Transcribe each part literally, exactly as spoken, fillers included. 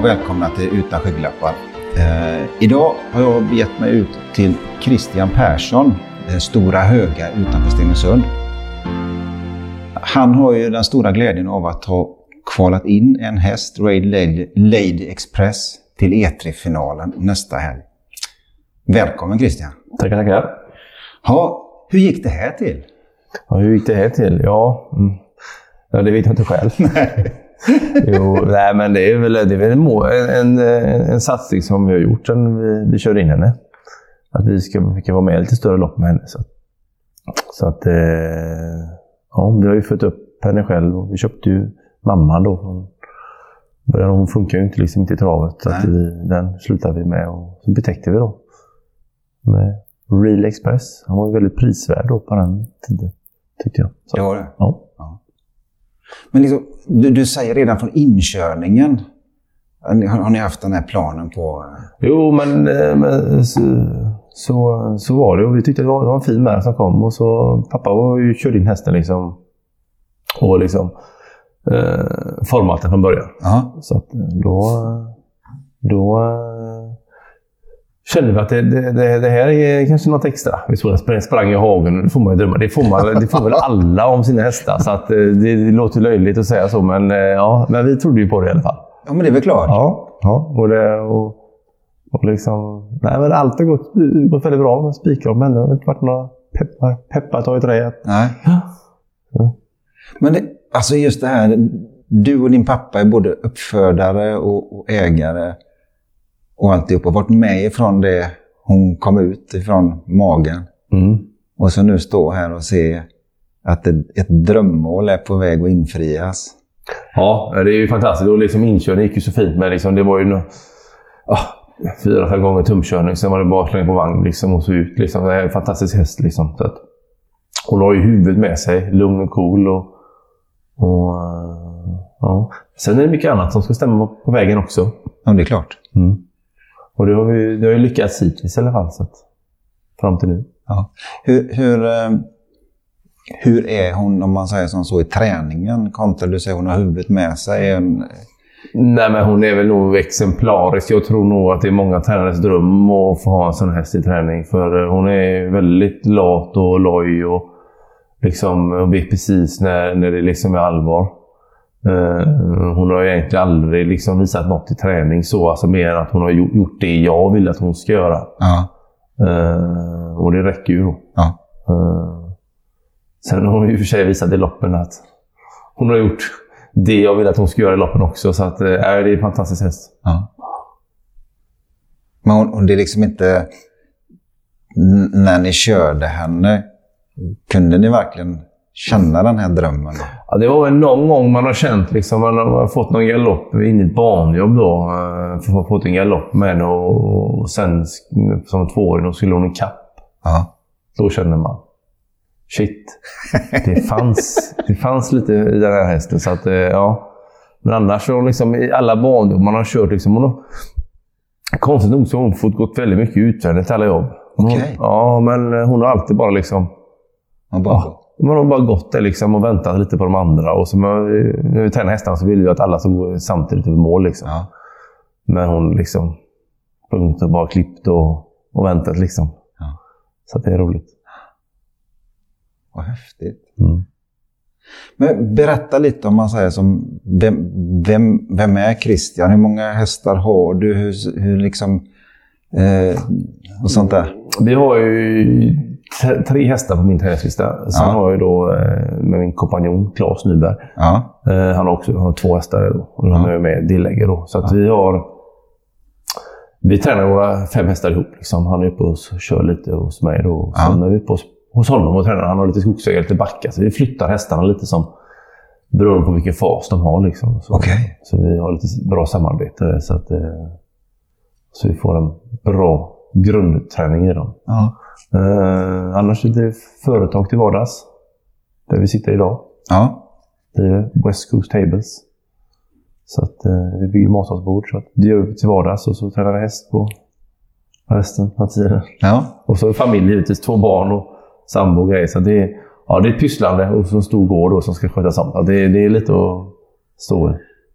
och välkomna till Utan skygglappar. Eh, idag har jag begett mig ut till Christian Persson, den stora höga utanför Stenungsund. Han har ju den stora glädjen av att ha kvalat in en häst, Raid Lady, Lady Express, till E tre-finalen nästa helg. Välkommen Christian. Tackar, tackar. Ja, hur gick det här till? Ja, hur gick det här till? Ja, mm. ja det vet jag inte själv. jo, nej, men det är väl, det är väl en, en, en, en satsning som vi har gjort sedan vi, vi körde in henne. Att vi ska, ska vara med lite större lopp med henne. Så, så att, eh, ja, vi har ju fått upp henne själv och vi köpte ju mamman då. Hon, hon funkar ju inte, liksom inte i travet. Så att vi, den slutade vi med och så betäckte vi då med Real Express. Han var ju väldigt prisvärd då på den tiden, tyckte jag. Så, det var det? Ja. ja. Men liksom, du, du säger redan från inkörningen, har, har ni haft den här planen på? Jo, men, men så, så, så var det. Och vi tyckte det var, det var en fin mär som kom. Och så pappa var ju körde in hästen liksom. Och liksom eh, format den från början. Aha. Så att då, då kände vi att det, det, det, det här är kanske något extra. Vi såg att den sprang i hagen. Det får man ju drömma. Det får, man, det får väl alla om sina hästar. Så att det, det låter löjligt att säga så. Men, ja, men vi trodde ju på det i alla fall. Ja, men det är väl klart. Ja, ja. Och, det, och, och liksom... Nej, men allt har gått, gått väldigt bra med spikar. Men det har inte varit några peppar, peppar tagit rejält. Nej. Ja. Men det, alltså just det här... Du och din pappa är både uppfödare och, och ägare. Och alltihop. Och varit med ifrån det hon kom ut ifrån magen. Mm. Och så nu stå här och se att ett, ett drömmål är på väg att infrias. Ja, det är ju fantastiskt. Och liksom inkörningen gick ju så fint. Men liksom, det var ju no, oh, fyra, fem gånger tumkörning. Sen var det bara slänga på vagn liksom, och så ut. Liksom. Det är en fantastisk häst. Liksom. Så att, hon har ju huvudet med sig. Lugn och cool. Och, och, uh, ja. Sen är det mycket annat som ska stämma på vägen också. Ja, det är klart. Mm. Och det har, vi, det har ju lyckats hittills i alla fall. Så att, fram till nu. Ja. Hur, hur, hur är hon, om man säger som så, i träningen? Kontra du säger hon har huvudet med sig. En... Nej, men hon är väl nog exemplarisk. Jag tror nog att det är många tränares dröm att få ha en sån häst i träning. För hon är väldigt lat och loj och liksom vet precis när, när det liksom är allvar. Uh, hon har egentligen aldrig liksom visat något i träning så, alltså mer än att hon har gjort det jag vill att hon ska göra. Ja. Uh, och det räcker ju då. Ja. Uh, sen har hon ju för sig visat i loppen att hon har gjort det jag vill att hon ska göra i loppen också, så att uh, det är en fantastisk häst. Ja. Men hon, hon, det är liksom inte n- när ni körde henne, kunde ni verkligen känna den här drömmen? Ja, det var väl någon gång man har känt liksom, man har fått någon galopp in i ett barnjobb då, för att få fått en galopp med henne och, och sen som tvååring då skulle hon i kapp. Ja. Då kände man shit, det fanns, det fanns lite i den här hästen, så att ja. Men annars så liksom i alla barnjobb man har kört liksom, hon har, konstigt nog så har hon fått gått väldigt mycket utvändigt till alla jobb. Okej. Okay. Ja, men hon har alltid bara liksom ja, bara. Ja, man har bara gått där liksom och väntat lite på de andra. Och så när vi tränar hästarna så vill vi att alla ska gå samtidigt över mål. Liksom. Ja. Men hon liksom punkt och bara klippt och, och väntat. Liksom. Ja. Så att det är roligt. Vad häftigt. Mm. Men berätta lite om man säger som vem, vem, vem är Christian? Hur många hästar har du? Hur, hur liksom eh, och sånt där? Vi har ju tre hästar på min träningslista. Sen ja. har jag då med min kompanjon Claes Nyberg. Ja. Han har också har två hästar då. Och han är med delägare då. Så att ja. vi har... Vi tränar våra fem hästar ihop. Liksom. Han är uppe och kör lite hos mig då. Och sen ja. är vi uppe hos, hos honom och tränar. Han har lite skogsägare, lite backar. Så vi flyttar hästarna lite som beroende på vilken fas de har. Liksom. Så, okay. så vi har lite bra samarbete. Så, att, så vi får en bra grundträning i dem. Ja. Uh, annars är det företag till vardags. Där vi sitter idag. Ja. Det är West Coast Tables. Så att uh, vi bygger matsalsbord. Så att det gör vi till vardags. Och så tränar vi häst på resten av tiden. Ja. Och så är familj givetvis. Två barn och sambo och grejer. Så det är, ja, det är pysslande och så en stor gård då, som ska skötas om. Ja, det, det är lite att stå i.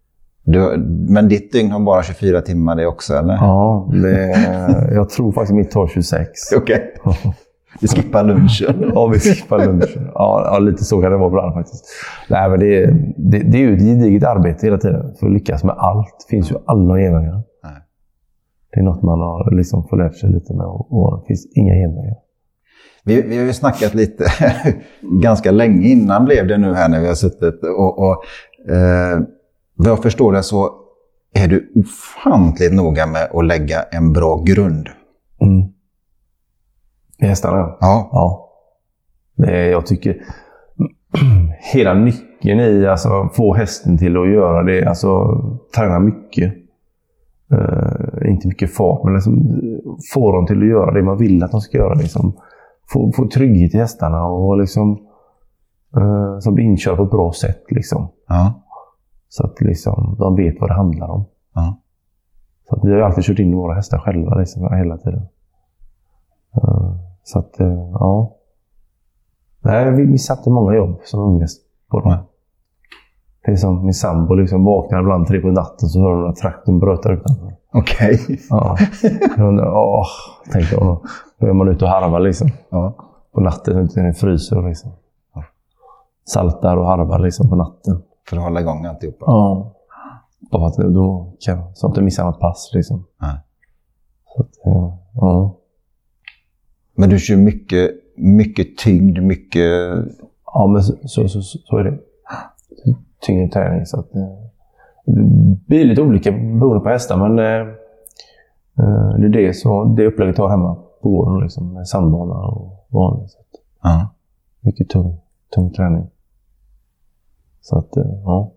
Du, men ditt dygn har bara tjugofyra timmar det också, eller? Ja, det, jag tror faktiskt mitt tar tjugosex. Okej. Okay. Vi skippar lunchen. Ja, vi skippar lunchen. Ja, ja, lite så kan det vara ibland faktiskt. Nej, men det, det, det är ju ett gediget arbete hela tiden. För att lyckas med allt. Det finns ju alla genvägar. Nej. Det är något man har liksom fått lärt sig lite med. Och, och det finns inga genvägar. Vi, vi har ju snackat lite ganska länge innan blev det nu här när vi har suttit. Och, och eh, vad jag förstår det så är du ofantligt noga med att lägga en bra grund. Mm. Hästarna, ja. Ja. ja. Det är, jag tycker hela nyckeln i alltså få hästen till att göra det, alltså träna mycket. Uh, inte mycket fart, men liksom, få dem till att göra det man vill att de ska göra. Liksom. Få, få trygghet i hästarna och liksom, uh, som blir inkörda på ett bra sätt. Liksom. Ja. Så att liksom, de vet vad det handlar om. Ja. Så att vi har ju alltid kört in våra hästar själva liksom, hela tiden. Uh, så att, uh, ja. Nej, vi, vi satte många jobb som ungest på dem. Ja. Det är som min sambo liksom vaknar ibland tre på natten så hör hon att traktorn brötar utanför. Okej. Okay. Ja. Jag undrar, åh, tänker jag då. Då är man ute och harvar liksom. Ja. På natten så inte den fryser liksom. Ja. Saltar och harvar liksom på natten. För att hålla igång alltihopa. Ja. Bara att då kan så att inte missa något pass liksom. Ja. Så att, ja. Men du kör mycket, mycket tyngd, mycket... Ja, men så, så, så, så är det. Tyngre träning. Så att, det blir lite olika beroende på hästar, men eh, det är det, så, det upplägget jag har hemma på gården liksom, med sandbana och vanligt. Så att, ja. Mycket tung, tung träning. Så att, ja.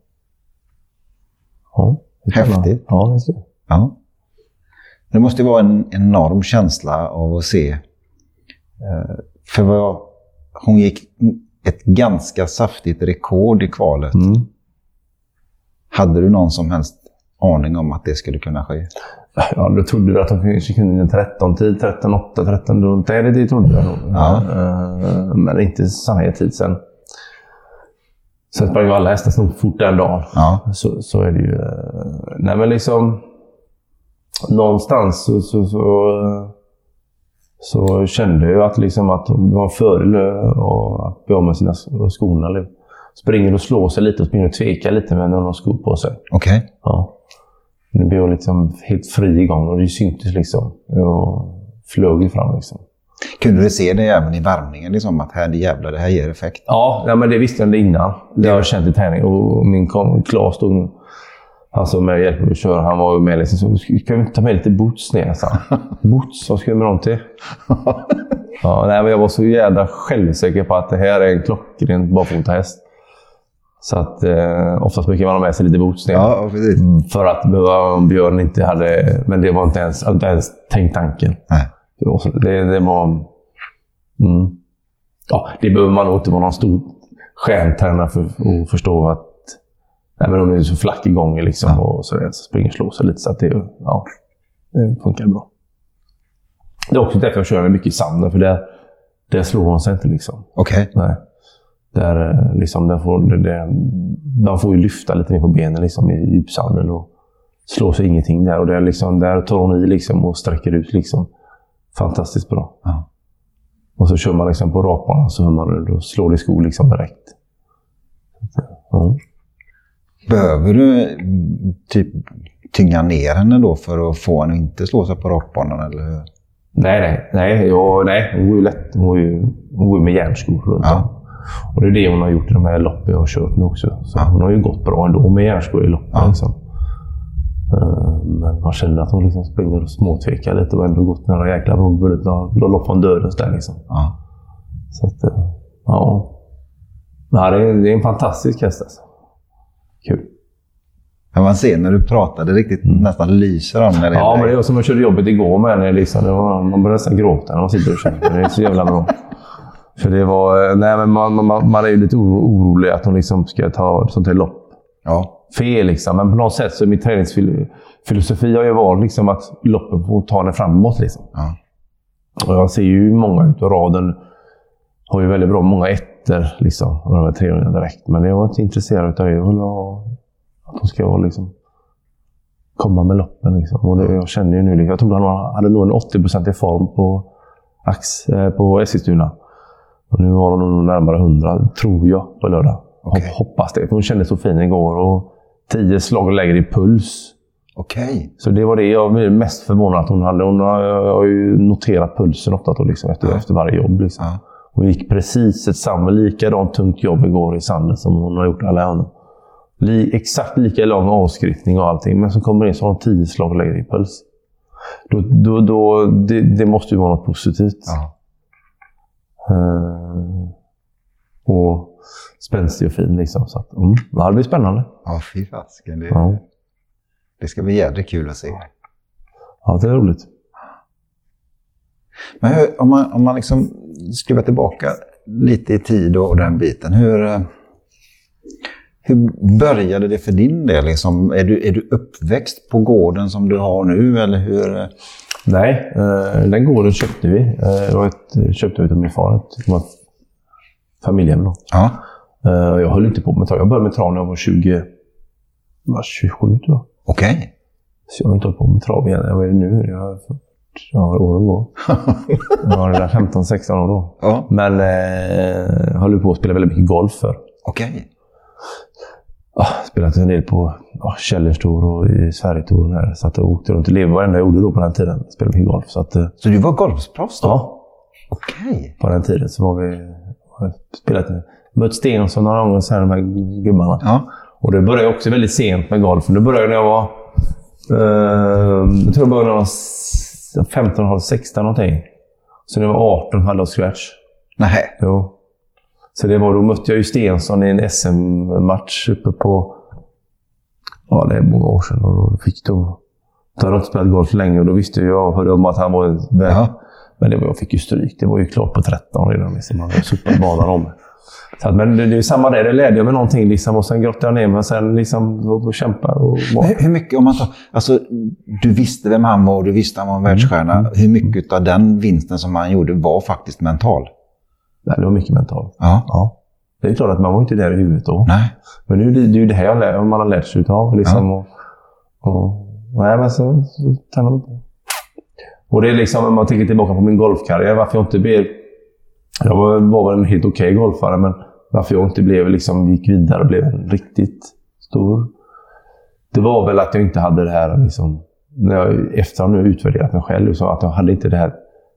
ja Häftigt. Ja, det ska. Ja. Det måste ju vara en enorm känsla av att se. För vad jag, hon gick ett ganska saftigt rekord i kvalet. Mm. Hade du någon som helst aning om att det skulle kunna ske? Ja, då trodde du att de kanske kunde en tretton-tid, tretton åtta, tretton runt. Det, det trodde jag nog. Ja. Men inte så här tid sen. Sen sprang ju alla hästar så fort den dagen. Ja. Så, så är det ju. Nej, men liksom någonstans så, så, så, så kände jag att, liksom att det var en fördel att bli av med sina skorna. Springer och slår sig lite och springer och tvekar lite med när de har skor på sig. Okej. Okay. Ja. Nu blev jag liksom helt fri igång och det syntes liksom. Jag flög fram liksom. Kunde du se det även i värmningen liksom, att här, det jävlar, det här ger effekt? Ja, ja men det visste jag innan. Det har jag känt i träning. Och min Klas stod, han som med hjälp att köra, han var med liksom, så ska vi inte ta med lite boots ner? Så. Boots, vad ska jag med dem till? Ja, nej, men jag var så jävla självsäker på att det här är en klockren barfotahäst. Så att eh, oftast brukar man ha med sig lite boots ner. Ja, precis. För att om Björn inte hade, men det var inte ens, inte ens tänkt tanken. Nej. Det var, så, det, det var mm. ja, det behöver man nog inte vara någon stor stjärntränare för att förstå att nej, men de är så flack igång liksom, ja. Och så, så springer och slår sig lite så att det, ja, det funkar bra. Det är också därför jag kör mycket i sanden, för där, där slår hon sig inte liksom. Okej. Okay. Nej. Där liksom, där får, där, de får ju lyfta lite mer på benen liksom, i djupsanden och slår sig ingenting där. Och där, liksom, där tar hon i liksom, och sträcker ut liksom. Fantastiskt bra. Ja. Och så kör man liksom på rakbanan så hör man det och slår det i skor liksom direkt. Ja. Behöver du typ tynga ner henne då för att få henne att inte slå sig på rakbanan? Eller? Nej, nej. Nej, ja, nej. Hon går ju lätt. Hon går ju, hon går ju med järnskor runt ja. om. Och det är det hon har gjort i de här loppen jag har kört nu också. Så ja. Hon har ju gått bra ändå med järnskor i loppen. Ja. Liksom. Men man känner att hon liksom springer och småtvekar lite och ändå gått några jäkla bubbel och lopp från dörren där liksom. Ja. Så att, ja. Ja, det är, det är en fantastisk häst alltså. Kul. Ja, man ser när du pratade riktigt mm. nästan lyser om när det. Ja, men det var som jag körde jobbet igår med henne liksom. Det var, man börjar nästan gråta när man sitter och känner. Det är så jävla bra. För det var, nej men man, man, man är ju lite orolig att hon liksom ska ta sånt här lopp. Ja. Fel liksom, men på något sätt så är min träningsfilosofi har ju varit liksom att loppen får ta det framåt liksom. Ja. Och jag ser ju många utav raden har ju väldigt bra många ettor liksom, och de här trehundra direkt. Men jag var inte intresserad av det. Jag vill ha att de ska vara liksom komma med loppen. Liksom. Och det, jag känner ju nu, jag trodde han hade nog en åttio procent i form på, Ax, eh, på Eskilstuna. Och nu var hon nog närmare hundra, tror jag, på lördag. Okay. Hoppas det, för hon kände så fin igår. Och tio slag lägre i puls. Okej. Okay. Så det var det jag var mest förvånad att hon hade. Hon har, jag har ju noterat pulsen ofta då, liksom, efter, ja. efter varje jobb. Liksom. Ja. Hon gick precis ett samma, likadant tungt jobb igår i sanden som hon har gjort alla andra. Li, exakt lika lång avskriftning och allting. Men så kommer det in så har hon tio slag lägre i puls. Då, då, då, det, det måste ju vara något positivt. Ja. Uh, och spänstig och fin liksom. Så att, mm, det här blir spännande. Ja, fy fasken. Det, ja. det ska bli jävligt kul att se. Ja, det är roligt. Men hur, om man, om man liksom skruvar tillbaka lite i tid och den biten. Hur, hur började det för din del? Liksom? Är, du, är du uppväxt på gården som du har nu? Eller hur? Nej, eh, den gården köpte vi. Eh, och ett, köpte vi till min far. Ett, det var familjen då. Ja. Eh, jag höll inte på med trav. Jag började med trav när jag var tjugo, var tjugosju tror jag. Okej. Okay. Så jag har inte hållit på med trav igen. Jag vet nu. Jag Ja, åren går. Jag var där femton sexton år då. Ja. Men eh, höll på att spela väldigt mycket golf för. Okej. Okay. Ah, spelat en del på ah, Källerstour och i Sverigetouren här. Så att jag åkte runt och levde varenda jag gjorde då på den tiden. Spelade mycket golf. Så, att, eh, så du var golfproffs då? Ja. Okej. Okay. På den tiden så var vi spelat mött Stensson några gånger så här, de här gubbarna. Ja. Och det började också väldigt sent med golf. Det började när jag var eh, jag tror jag började när jag var femton, sexton någonting. Så när jag var arton hade jag scratch. Nej. Jo. Så det var, då mötte jag ju Stensson i en S M-match uppe på, ja det är många år sedan. Och då fick då, då hade jag inte spelat golf länge och då visste jag hörde om att han var väl. Ja. Men det var, jag fick ju stryk. Det var ju klart på tretton redan. Liksom. Han hade suppat banan om. Så att, men det, det är ju samma där. Det lärde jag mig någonting liksom, och sen grottade jag ner mig och sen liksom och kämpa. Och hur, hur mycket, om man tar, alltså du visste vem han var och du visste att han var en världsstjärna. Mm. Hur mycket av den vinsten som han gjorde var faktiskt mental? Nej, det var mycket mentalt. Ja. Ja. Det är klart att man var inte där i huvudet då. Nej. Men nu det, det är ju det här jag lär, man har lärt sig utav. Liksom, ja. och, och, nej, men så, så tänder man på. Och det är liksom, om man tänker tillbaka på min golfkarriär, varför jag inte blev... Jag var, var en helt okej golfare, men varför jag inte blev, liksom, gick vidare och blev en riktigt stor... Det var väl att jag inte hade det här, liksom, när jag efter nu utvärderat mig själv, liksom, att jag hade inte det här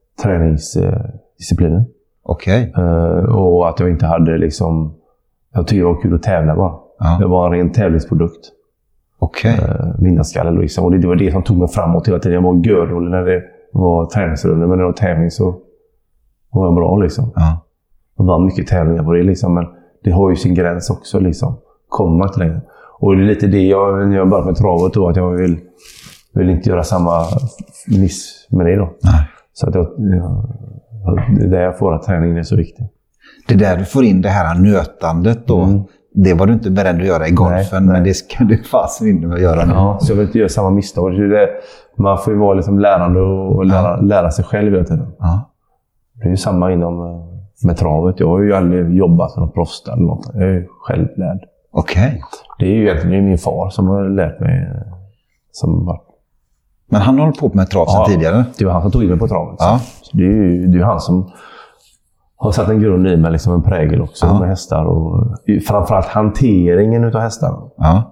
träningsdisciplinen. Okej. Okay. Uh, och att jag inte hade liksom... Jag tyckte det var kul att tävla bara. Ja. Det var en ren tävlingsprodukt. Okej. Okay. Uh, mina skallar liksom. Och det, det var det som tog mig framåt hela tiden. Jag var gördålig när det var träningsrundor, men när det var tävling så var jag bra liksom. Ja. Det var mycket tävlingar på det liksom, men det har ju sin gräns också liksom. Kommer man inte längre. Och det är lite det jag, när jag började med travet då, att jag vill, vill inte göra samma miss med det då. Nej. Så att jag, jag, det är där jag får att träningen är så viktig. Det där du får in det här nötandet då, mm. det var du inte beredd att göra i golfen, nej, nej. Men det ska du fast vinna att göra nu. Ja, så jag vill inte göra samma misstag. Det, man får ju vara liksom lärande och lära, ja. lära sig själv hela tiden. Ja. Det är ju samma inom med travet. Jag har ju aldrig jobbat som någon proffs eller något. Jag är ju självlärd. Okej. Okay. Det är ju egentligen min far som har lärt mig. Som var... Men han håller på med trav sedan ja, tidigare? Det var han som tog in mig på travet. Ja. Så det är ju det är han som har satt en grund i mig, liksom en prägel också, ja. Med hästar. Och framförallt hanteringen utav hästarna. Ja.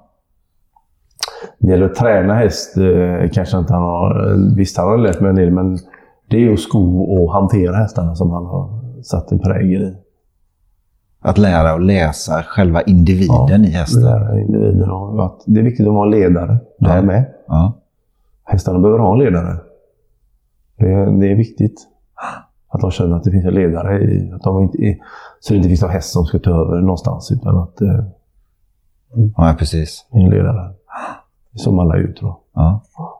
Det gäller att träna häst, eh, kanske inte han har, visst han har lärt mig en del, men det är ju sko och hantera hästarna som han har satt en prägel i. Att lära och läsa själva individen, ja, i hästen. Lära individen och att det är viktigt att vara ledare. Det är ja. med. Ja. Hästarna behöver ha en ledare. Det är, det är viktigt att de känner att det finns en ledare i, att de inte är, så det inte finns en häst som ska ta över någonstans, utan att eh, ja, precis. En ledare. Som alla ut då. Ja.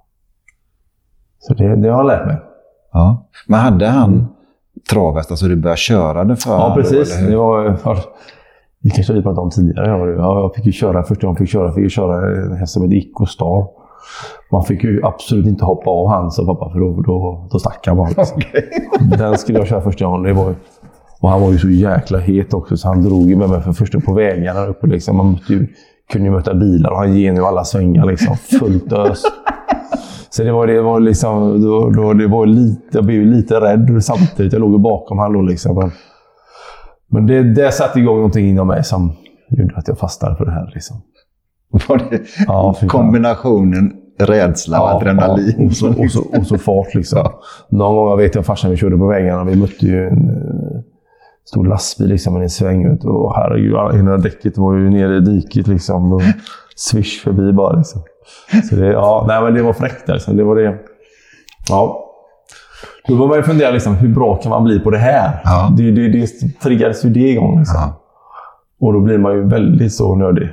Så det, det har jag lärt mig. Ja. Men hade han mm. travhäst, alltså du började köra det för? Ja, precis. Då, det var, för, det kanske vi pratade om tidigare. Ja, jag fick ju köra, första gången jag fick köra, fick jag köra en häst som heter Ico Star. Man fick ju absolut inte hoppa av hans och pappa, för då, då, då stack han bara. Okay. Den skulle jag köra första gången. Det var, och han var ju så jäkla het också, så han drog ju med mig för första på vägarna uppe. Liksom. Man mötte ju kunde ju möta bilar och han ger nu alla svängar liksom. Fullt ös. Så det var, det var liksom, då, då, det var lite, jag blev lite rädd samtidigt. Jag låg bakom han då liksom. Men, men det, det satte igång någonting inom mig som gjorde att jag fastnade för det här liksom. Var det ja, kombinationen rädsla och ja, adrenalin? Ja, och, så, och, så, och så fart liksom. Ja. Någon gång jag vet jag farsan vi körde på vägarna. Vi mötte ju en uh, stor lastbil liksom i en sväng. Ut, och herregud, hela däcket var ju nere i diket liksom. Och swish förbi bara liksom. Så det, ja, nej, men det var fräckt liksom. Det var det. Ja. Då var man ju fundera liksom, hur bra kan man bli på det här? Ja. Det, det, det triggades ju det igång liksom. Ja. Och då blir man ju väldigt så nördig.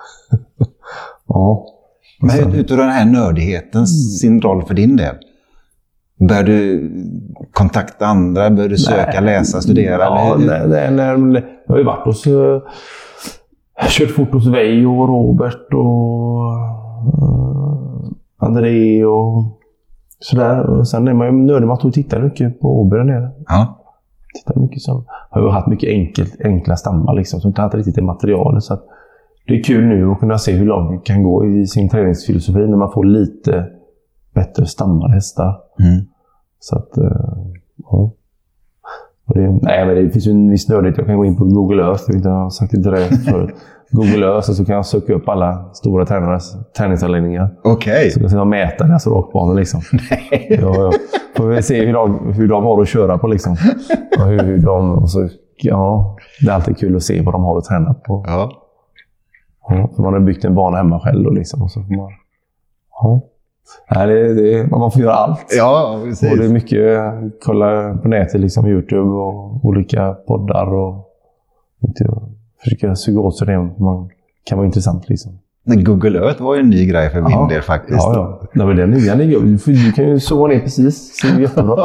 Ja. Men utav den här nördigheten, mm. sin roll för din del? Bör du kontakta andra? Bör du söka, nej. läsa, studera? Ja, nej, nej, nej, jag har ju varit hos... Uh, kört fort hos Vej och Robert och uh, André och sådär. Och sen är man ju nördig med att titta mycket på Åby där nere. Ja. Tittar mycket så. Jag har ju haft mycket enkelt, enkla stammar liksom, som inte har riktigt det materialet. Så att det är kul nu att kunna se hur långt man kan gå i sin träningsfilosofi när man får lite bättre stammar hästar. Mm. Så att, ja. Och det, nej, men det finns ju en viss nördighet. Jag kan gå in på Google Earth, jag har sagt inte det förut. Google Earth, så kan jag söka upp alla stora tränares träningsanläggningar. Okej. Okay. Så kan jag mäta deras rakbanor liksom. Nej. Ja, ja. Får vi se hur de, hur de har att köra på liksom. Och hur, hur de, och så, ja, det är alltid kul att se vad de har att träna på. Ja. Ja, för man har byggt en bana hemma själv och liksom, och så får man, ja. Nej, det, det, man får göra allt. Ja, precis. Och det är mycket, kolla på nätet liksom, YouTube och olika poddar och inte, försöka suga åt sig det man kan vara intressant liksom. Google Earth var ju en ny grej för min ja. del faktiskt. Ja, ja. Nej, men det är nya, du, du kan ju såga ner precis, ser jättebra.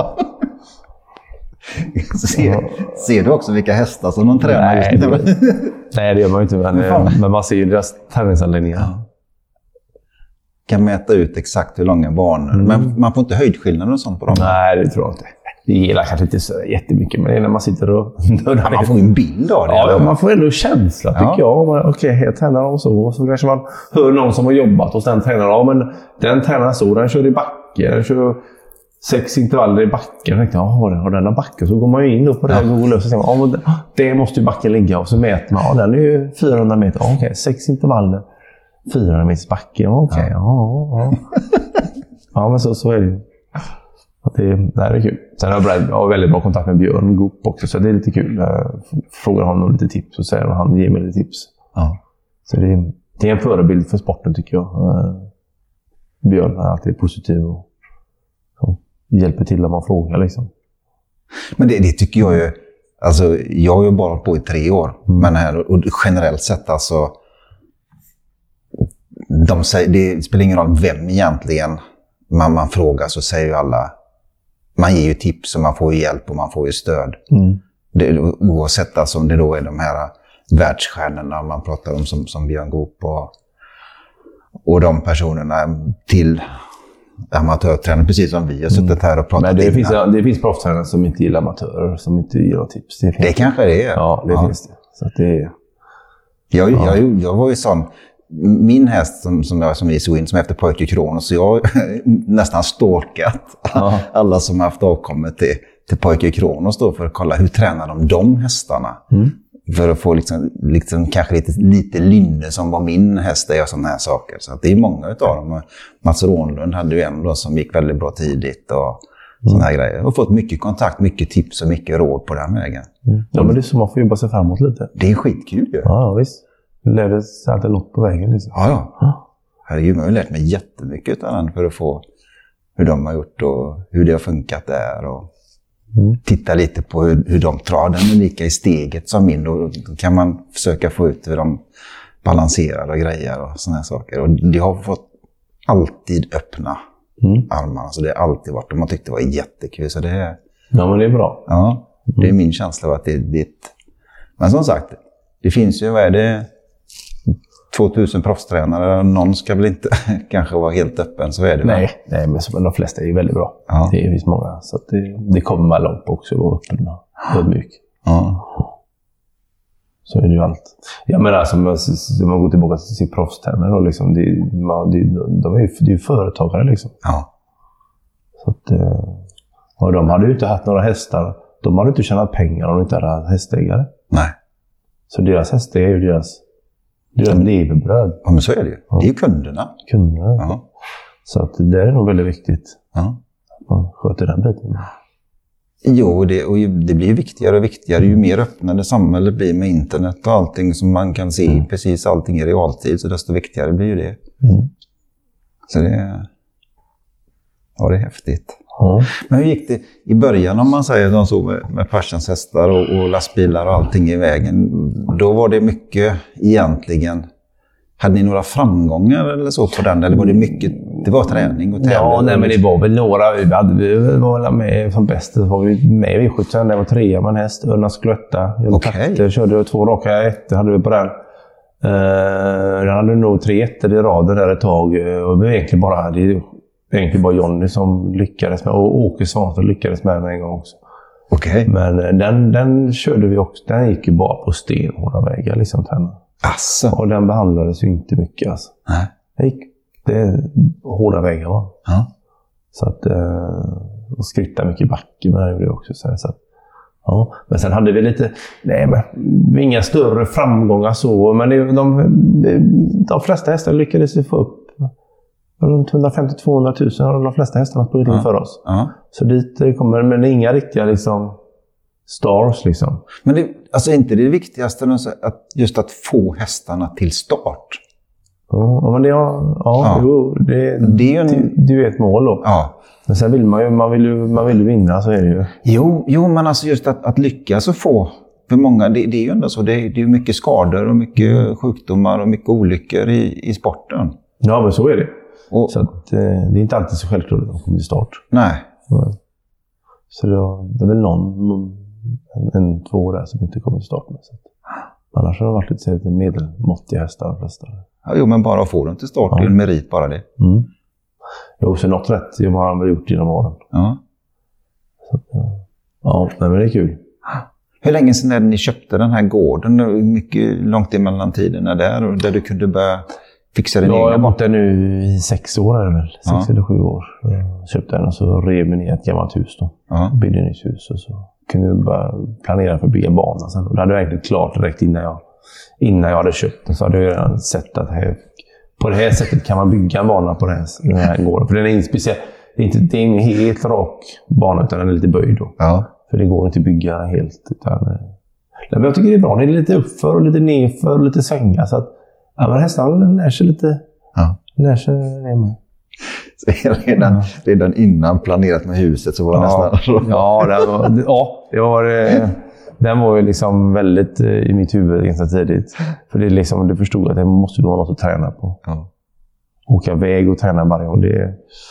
ser, ja. ser du också vilka hästar som de tränar? Nej, just det, nej, det gör man ju inte, men, men man ser ju deras träningsanläggningar. Ja. Kan mäta ut exakt hur långa banor. Mm. Men man får inte höjdskillnader och sånt på dem? Nej, det tror jag inte. Det gillar kanske inte så jättemycket, men det är när man sitter och... Ja, man får en bild av det. Ja, eller? Man får ändå känsla, tycker ja. jag. Okej, okay, jag tränar dem så. Och så kanske man hör någon som har jobbat hos den tränaren. Ja, men den tränar så. Den kör i backe. Den kör sex intervaller i backen. Jag tänkte, ja, har den en backe? Så går man ju in på det här ja. Google och så säger man, ja, det måste ju backen ligga. Och så mäter man, ja, den är ju fyrahundra meter. Ja, okej, okay, sex intervaller. fyrahundra meters backe, okej. Okay. Ja. Ja, ja. ja, men så, så är det ju. Det, det här är kul. Sen har jag, jag har väldigt bra kontakt med Björn Goop också, så det är lite kul. Jag frågar honom lite tips och säger att han ger mig lite tips. Ja. Så det, det är en förebild för sporten, tycker jag. Björn är alltid positiv och så, hjälper till om man frågar liksom. Men det, det tycker jag ju, alltså jag har ju bara på i tre år, mm. men här, och generellt sett alltså, de säger, det spelar ingen roll vem egentligen man, man frågar, så säger ju alla, man ger ju tips och man får ju hjälp och man får ju stöd. Mm. Det, oavsett alltså om det då är de här världsstjärnorna man pratar om som, som Björn Goop och, och de personerna till amatörtränare, precis som vi har suttit här och pratat. Men det finns, det finns proffstränare som inte gillar amatörer, som inte ger tips. Det, det kanske det är. Ja, det ja. finns det. Så att det är... jag, ja. jag, jag var ju sån, min häst som, som jag som visade in som efter Pojke Kronos, så jag har nästan stalkat ja. alla som har haft avkommit till, till Pojke Kronos då, för att kolla hur tränar de de hästarna. Mm. För att få liksom, liksom kanske lite, lite lynne som var min häst och sådana här saker. Så att det är många utav dem. Mats Rånlund hade ju en då som gick väldigt bra tidigt och mm. sådana här grejer. Och fått mycket kontakt, mycket tips och mycket råd på den vägen. Mm. Ja, men det är så man får jobba sig framåt lite. Det är skitkul ju. Ja, visst. Det lärde sig alltid något på vägen liksom. Ja, ja. ja. Herregud, man har ju lärt mig jättemycket av den för att få hur de har gjort och hur det har funkat där. Och mm. titta lite på hur, hur de drar den lika i steget som min. Då kan man försöka få ut hur de balanserar och grejer och såna här saker. Och det har fått alltid öppna mm. armarna. Så det har alltid varit, och man tyckte det var jättekul. Så det är, ja, men det är bra. Ja, det är mm. min känsla av att det, det är ett... Men som sagt, det finns ju, vad är det, tvåtusen proffstränare. Någon ska väl inte kanske vara helt öppen, så är det. Nej, nej, men de flesta är ju väldigt bra. Ja. Det är visst många, så att det, det kommer man långt på också, och öppen och ödmjuk. Ja. Så är det ju allt. Jag menar, alltså, om man går tillbaka till sin proffstermer då, liksom, det, man, det, de är ju, det är ju företagare liksom. Ja. Så att, och de hade ju inte haft några hästar. De hade inte tjänat pengar om de inte hade haft hästägare. Nej. Så deras hästar är ju deras, deras mm. levebröd. Ja, men så är det ju. Ja. Det är ju kunderna. Kunderna. Ja. Så att det är nog väldigt viktigt. Ja. Att man sköter den biten. Jo, det, och det blir viktigare och viktigare ju mer öppnade samhället blir med internet och allting som man kan se, mm. precis allting i realtid, så desto viktigare blir ju det. Mm. Så det, ja, det är häftigt. Mm. Men hur gick det i början om man säger de så med, med farsans hästar och, och lastbilar och allting i vägen? Då var det mycket egentligen. Hade ni några framgångar eller så på den? Eller var det mycket, det var träning och tävling? Ja, nej, men det var väl några. Vi hade vi var med som bäst. Så var vi med i V sjutton. Det var trea med en häst. Örnas Sklötta. Okej. Okay. Körde två raka ettor hade vi på den. Uh, den hade nog tre ettor i raden där ett tag. Och vi egentligen bara, det är egentligen bara Johnny som lyckades med. Och Åke Svansson lyckades med den en gång också. Okej. Okay. Men den, den körde vi också. Den gick ju bara på stenhårda vägar liksom. Asså. Och den behandlades ju inte mycket alltså. Nej. Det gick, det är hårda vägar va? Ja. Så att eh, och skritta mycket backe med det också så, så att, ja, men sen hade vi lite nej men inga större framgångar så, men det, de de flesta hästar lyckades vi få upp runt hundrafemtio till tvåhundratusen av de flesta hästarna på ridning ja. För oss. Ja. Så dit kommer, men inga riktiga liksom stars liksom. Men det, alltså inte det viktigaste att just att få hästarna till start. Ja, men det, ja, ja. Jo, det, det är ju en... det, det är ett mål då. Ja. Men sen vill man ju, man vill ju, man vill vinna, så är det ju. Jo, jo men alltså just att, att lyckas och få, för många, det, det är ju ändå så, det, det är ju mycket skador och mycket mm. sjukdomar och mycket olyckor i, i sporten. Ja, men så är det. Och, så att, eh, det är inte alltid så självklart att de kommer till start. Nej. Ja. Så det, det är väl någon, någon en, en, två där som inte kommer till start med. Så att, annars har det varit lite, lite medelmåttiga hästar de flesta. Ja, jo, men bara att få dem till start, ja. Det är en merit bara det. Mm. Jo, så något rätt jag har han väl gjort genom åren. Ja. Så, ja, men det är kul. Hur länge sedan är det ni köpte den här gården? Mycket långt emellan tiderna där, och där du kunde börja fixa din ja, egna. Jag har bott där nu i sex år är det väl. Sex ja. eller sju år. Jag köpte den och så rev vi ner ett gammalt hus då. Ja. Byggde nytt hus och så kunde vi börja planera för att bygga banan sen. Och det hade jag egentligen klart direkt innan jag, innan jag hade köpt den. Så hade jag redan sett att här, på det här sättet kan man bygga en bana på den här, den här gården. För den är inte speciell. Det är inte det är en helt rak bana utan den är lite böjd då. Ja. För det går inte att bygga helt. Utan, men jag tycker det är bra. Det är lite uppför och lite nerför och lite svänga. Så att ja, men hästarna lär sig lite. Ja. Lär sig det med. Så redan, ja. redan innan planerat med huset så var det ja. nästan... ja, det var, ja, det var... Den var ju liksom väldigt i mitt huvud ganska tidigt. För det är liksom, du förstod att det måste vara något att träna på. Ja. Åka väg och träna varje gång. Det,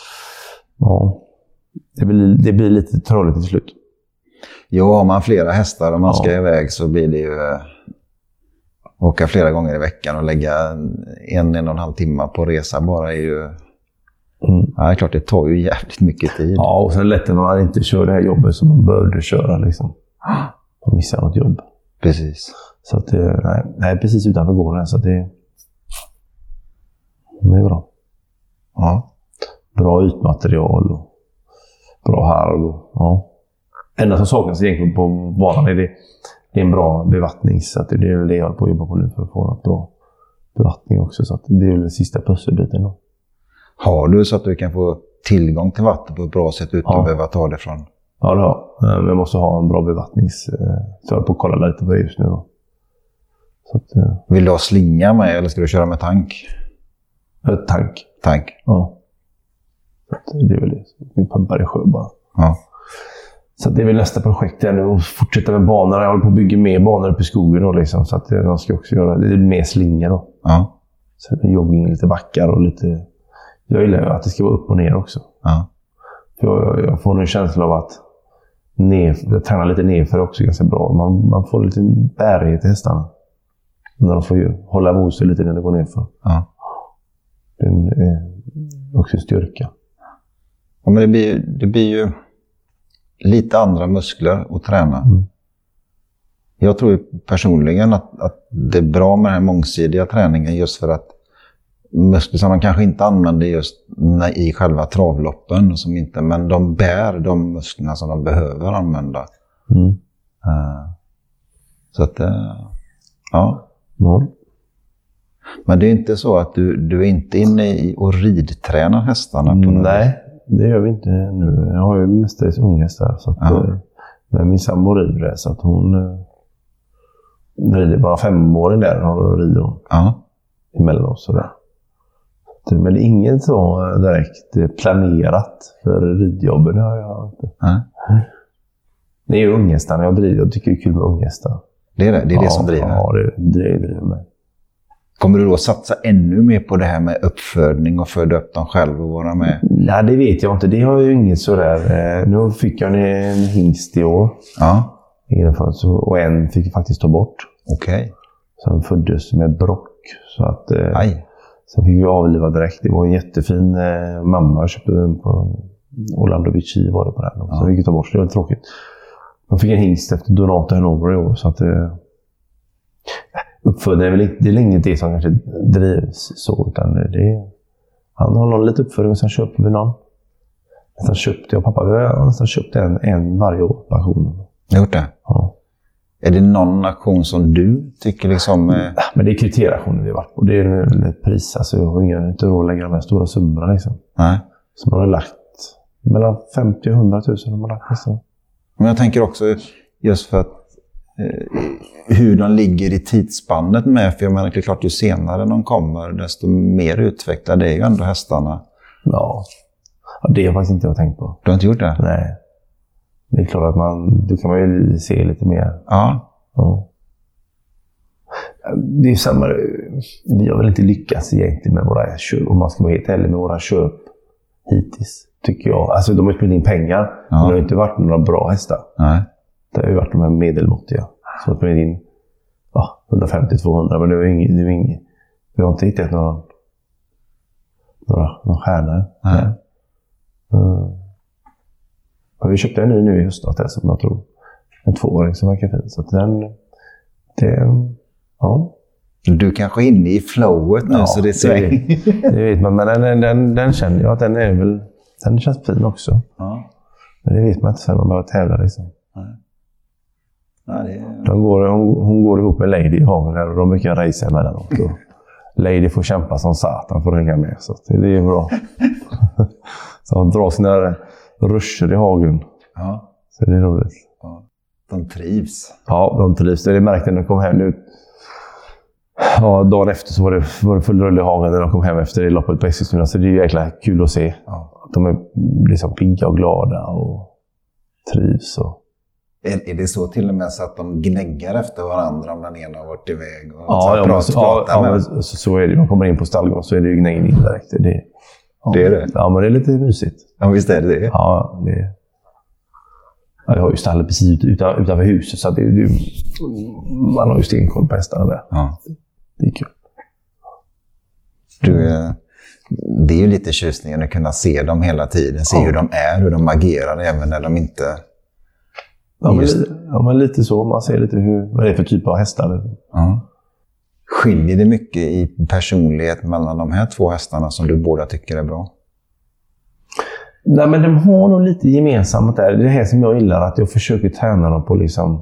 ja, det, blir, det blir lite trolligt till slut. Jo, har man flera hästar och man ja. ska iväg så blir det ju... Åka flera gånger i veckan och lägga en, en och en halv timme på resa bara är ju... Mm. Ja, det är klart, det tar ju jävligt mycket tid. Ja, och sen är det lätt när man inte kör det här jobbet som man började köra liksom. Man missar något jobb. Precis. Så att det, nej, det är precis utanför gården så att det, det är bra. Ja. Bra ytmaterial och bra harv. Och, ja. Enda som saknas egentligen på banan är det, det är en bra bevattning. Så att det är det jag håller på att jobba på nu för att få en bra bevattning också. Så att det är den sista pusselbiten då. Har du så att du kan få tillgång till vatten på ett bra sätt utan ja. att behöva ta det från? Ja, det har jag. Men jag måste ha en bra bevattnings... Så jag är på att kolla lite på just nu då. Så att, vill du ha slinga med eller ska du köra med tank? Tank. Tank? Ja. Så att det är väl det. Vi pumpar i sjö bara. Ja. Så det är väl nästa projekt där nu. Och fortsätta med banorna. Jag håller på att bygga mer banor uppe i skogen då liksom. Så att de ska också göra det är mer slinga då. Ja. Så det är jogging, lite backar och lite... Jag gillar att det ska vara upp och ner också. Ja. För jag, jag får en känsla av att ner, jag tränar lite nerför också ganska bra. Man, man får lite bärighet i hästarna. När de får ju hålla emot sig lite när det går nerför. Ja. Det är också en styrka. Ja, men det blir, det blir ju lite andra muskler att träna. Mm. Jag tror personligen att, att det är bra med den här mångsidiga träningen just för att muskler som man kanske inte använder just i själva travloppen, som inte, men de bär de musklerna som de behöver använda. Mm. Uh, så att, uh, ja. Mm. Men det är inte så att du, du är inte inne i och ridtränar hästarna? På något Nej, vis. det gör vi inte nu. Jag har ju mestadels unghästar. Så att, ja. Men min sambo rider det, så att hon uh, rider bara femåring där och rider hon ja. emellanåt sådär. Men det är inget så direkt planerat för ridjobben. Det har jag inte. Nej. Det är ju unghästarna jag driver. Jag tycker det är kul med unghästar. Det är det, det, är ja, det som driver? Ja, det, det driver mig. Kommer du då satsa ännu mer på det här med uppfödning och föda upp dem själv och vara med? Nej, det vet jag inte. Det har ju inget sådär. Nu fick jag en hingst i år. Ja. Och en fick jag faktiskt ta bort. Okej. Okay. Som föddes med brock. Så att... Aj. Sen fick vi avliva direkt. Det var en jättefin eh, mamma. Jag köpte den på Orlando Vici var det på den. Ja. Så vi fick ta bort. Det var tråkigt. De fick en hingst efter Donato Hanover i år. Så att eh, uppfödning är väl inte, det är inget det som kanske drivs så. Utan det är, han har någon lite uppfödning och sen köper vi någon. Sen köpte jag pappa. Vi har nästan köpt en, en varje år på auktionen. Jag har gjort det? Ja. Är det någon aktion som du tycker liksom... Eh... Men det är kriterieaktioner vi har varit på. Det är ett pris. Alltså jag har inga, inte råd att lägga de här stora summorna liksom. Nej. Så man har lagt mellan femtio och hundra tusen har man lagt liksom. Men jag tänker också just för att eh, hur de ligger i tidsspannet med. För jag menar, det är klart ju senare de kommer desto mer utvecklade är ju ändå hästarna. Ja. Ja, det har jag faktiskt inte jag tänkt på. Du har inte gjort det? Nej. Det är klart att man, då kan man ju se lite mer. Ja. Ja. Det är samma, vi har väl inte lyckats egentligen med våra köp, om man ska vara helt ärlig, med våra köp hittills, tycker jag. Alltså de har ju spelat in pengar, ja. Men det har inte varit några bra hästar. Nej. Det har ju varit de här medelmåttiga som har spelat in ja, hundrafemtio till tvåhundra, men det är ju inget, det är inget, vi har inte hittat några, några, några stjärnor. Nej. Mm. Men vi köpte en ny nu i höstas som jag tror en tvååring som verkar fin. Så att den, det, ja. Du kanske är inne i flowet nu, ja, så det ser det, det vet man. Men den, den, den känner jag att den är väl, den känns fin också. Ja. Men det vet man inte sen man börjar tävla liksom. Nej. Nej, det är... de går, hon, hon går ihop med Lady i hagen här och de brukar racea emellanåt. Lady får kämpa som satan för att hänga med. Så det, det är bra. Så han drar sina ruscher i hagen. Ja. Så det är roligt. Ja. De trivs. Ja, de trivs. Det märkte när de kom hem nu. Ja, dagen efter så var det, var det full rull i hagen när de kom hem efter det loppet på Eskilstuna. Så det är ju jäkla kul att se. Ja. Att de är liksom pigga och glada och trivs. Och... Är, är det så till och med så att de gnäggar efter varandra om den ena har varit iväg? Och ja, så ja, prat, ja, ja men så, så är det. Man kommer in på stallgården så är det ju gnäggning direkt. Det, ja, det är det? Ja, men det är lite mysigt. Ja, visst är det det? Ja, det ja, jag har ju stallet precis utan, utanför huset så att det, det, man har ju stenkoll på hästarna där. Ja. Det är kul. Du, det är ju lite tjusningen att kunna se dem hela tiden. Se ja. hur de är, hur de agerar även när de inte... Ja, men, just... ja, men lite så. Man ser lite hur, vad det är för typ av hästar. Ja. Skiljer det mycket i personlighet mellan de här två hästarna som du båda tycker är bra? Nej, men de har nog lite gemensamt där. Det är det här som jag gillar, att jag försöker träna dem på liksom...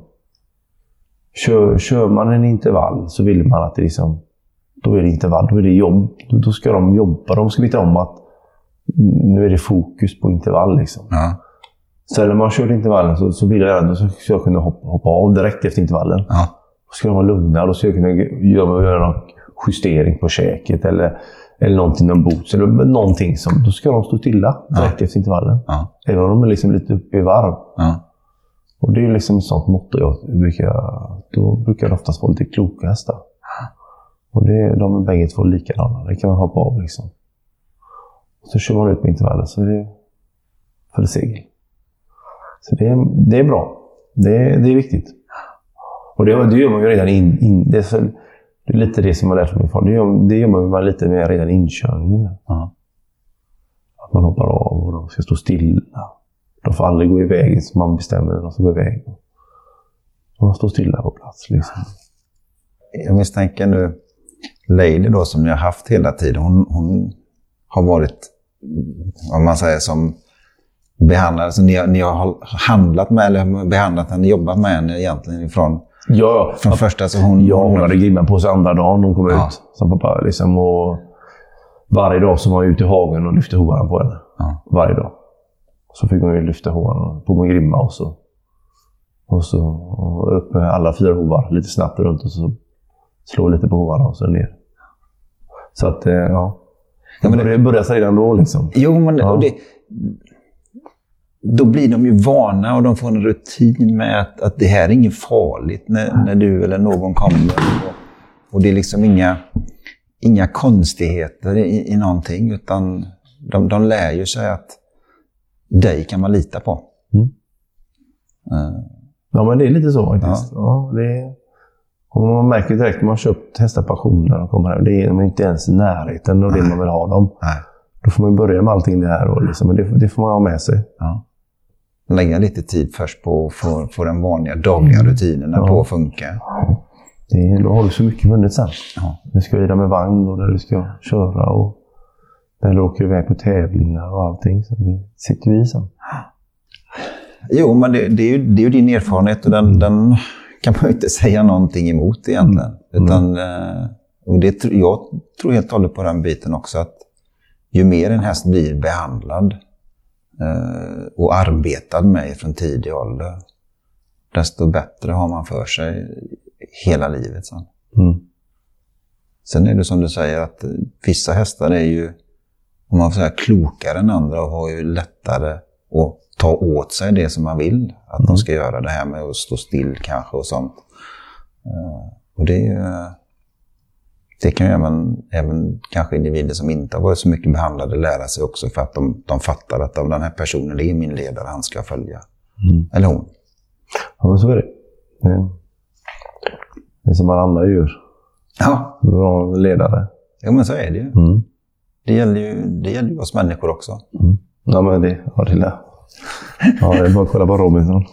Kör, kör man en intervall så vill man att det liksom... Då är det intervall, då är det jobb. Då, då ska de jobba. De ska veta om att nu är det fokus på intervall liksom. Ja. Så när man kör intervallen så, så vill jag att så jag kunna hoppa, hoppa av direkt efter intervallen. Ja. Då ska de vara lugna. Då ska jag kunna göra, göra någon justering på käket eller, eller någonting, någon boots eller någonting som, då ska de stå stilla direkt ja. efter intervallen. Ja. Även om de är liksom lite uppe i varv. Ja. Och det är liksom ett sånt motto jag brukar, då brukar det oftast vara lite kloka hästar. Och det, de är bägge två likadana. Det kan man hoppa av liksom. Och så kör man ut på intervallen så är det för det segel. Så det är, det är bra. Det är, det är viktigt. Och det, det gör man ju redan in... in det, är så, det är lite det som man lärt sig min far. Det gör, det gör man ju lite mer redan i inkörningen. Uh-huh. Att man hoppar av och de ska stå stilla. De får aldrig gå iväg så man bestämmer när de ska gå iväg. De står stilla på plats liksom. Jag misstänker nu Lady då som jag har haft hela tiden. Hon, hon har varit, om man säger som behandlare. Så ni, ni har handlat med eller behandlat henne, jobbat med henne egentligen ifrån ja, från att, första. Så hon, ja, hon hade grimman på sig andra dagen hon kom ja. ut. Som pappa liksom. Och varje dag som var jag ute i hagen och lyfte hovarna på henne. Ja. Varje dag. Så fick hon ju lyfta hovarna på min grimma och så. Och så och upp med alla fyra hovar lite snabbt runt och så slå lite på hovarna och så ner. Så att, ja. ja men det började sig redan då liksom. Jo, men ja. och det, då blir de ju vana och de får en rutin med att, att det här är inget farligt när, när du eller någon kommer. Och, och det är liksom inga, inga konstigheter i, i någonting, utan de, de lär ju sig att dig kan man lita på. Mm. Uh. Ja, men det är lite så faktiskt. Ja. Ja, det är... Och man märker direkt när man köpt hästar passion när de kommer hem. Det är de inte ens i närheten av det man vill ha dem. Nej. Då får man börja med allting det här. Och liksom, men det, det får man ha med sig. Ja. Lägga lite tid först på att få, få den vanliga dagliga rutinerna ja. på att funka. Ja. Det är, då har du så mycket vunnit sen. Ja. Du ska rida med vagn och där du ska köra. Och där du åker iväg på tävlingar och allting. Så det sitter vi i sen. Jo, men det, det, är ju, det är ju din erfarenhet och den... Mm. den kan man ju inte säga någonting emot egentligen. Mm. Utan, och det, jag tror helt och hållet på den biten också att ju mer en häst blir behandlad eh, och arbetad med från tidig ålder, desto bättre har man för sig hela livet sen. Mm. Sen är det som du säger att vissa hästar är ju, om man får säga, klokare än andra och har ju lättare att ta åt sig det som man vill. Att mm. de ska göra det här med att stå still kanske och sånt. Uh, och det är ju, det kan ju även, även kanske individer som inte har varit så mycket behandlade lära sig också, för att de, de fattar att av den här personen, det är min ledare, han ska följa. Mm. Eller hon. Ja, men så är det. Det, det är som alla andra djur. Ja. Bra ledare. Ja, men så är det ju. Mm. Det gäller ju, det gäller ju oss människor också. Mm. Ja, men det har det lärt. Ja, det är bara att kolla på Robinson.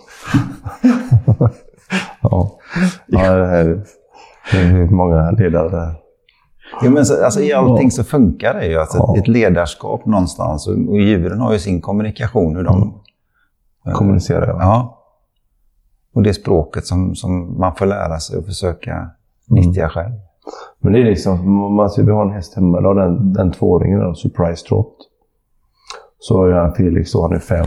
ja. ja, det är, det är många ledare där. Jo, men så, alltså, i allting så funkar det ju. Alltså, ja. Ett ledarskap någonstans. Och, och djuren har ju sin kommunikation. Hur de mm. kommunicerar. Ja. ja. Och det språket som, som man får lära sig och försöka nyttja mm. själv. Men det är liksom, man ska ha en häst hemma. Då, den, den tvååringen, den Surprise Trot. Så har jag Felix då, han är fem.